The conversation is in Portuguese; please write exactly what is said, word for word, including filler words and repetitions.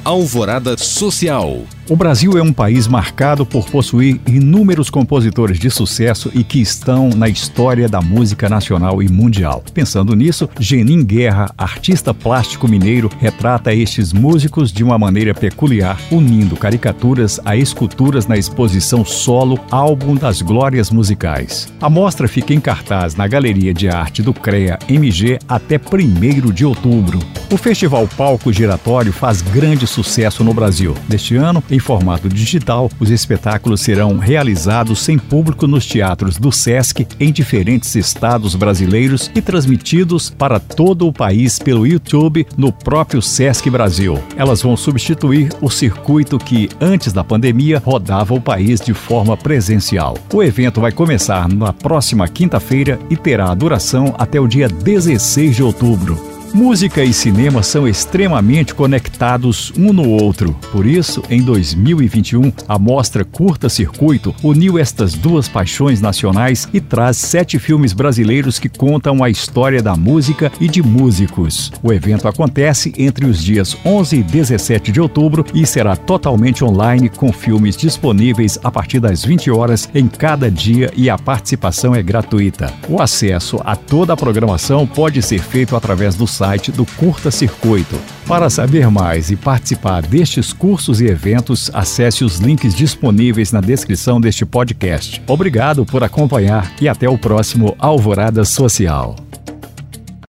Alvorada Social. O Brasil é um país marcado por possuir inúmeros compositores de sucesso e que estão na história da música nacional e mundial. Pensando nisso, Genin Guerra, artista plástico mineiro, retrata estes músicos de uma maneira peculiar, unindo caricaturas a esculturas na exposição Solo, Álbum das Glórias Musicais. A mostra fica em cartaz na Galeria de Arte do CREA M G até primeiro de outubro. O Festival Palco Giratório faz grande sucesso no Brasil. Neste ano, em formato digital, os espetáculos serão realizados sem público nos teatros do Sesc em diferentes estados brasileiros e transmitidos para todo o país pelo YouTube no próprio Sesc Brasil. Elas vão substituir o circuito que, antes da pandemia, rodava o país de forma presencial. O evento vai começar na próxima quinta-feira e terá duração até o dia dezesseis de outubro. Música e cinema são extremamente conectados um no outro. Por isso, em dois mil e vinte e um, a mostra Curta Circuito uniu estas duas paixões nacionais e traz sete filmes brasileiros que contam a história da música e de músicos. O evento acontece entre os dias onze e dezessete de outubro e será totalmente online, com filmes disponíveis a partir das vinte horas em cada dia, e a participação é gratuita. O acesso a toda a programação pode ser feito através do site do Curta Circuito. Para saber mais e participar destes cursos e eventos, acesse os links disponíveis na descrição deste podcast. Obrigado por acompanhar e até o próximo Alvorada Social.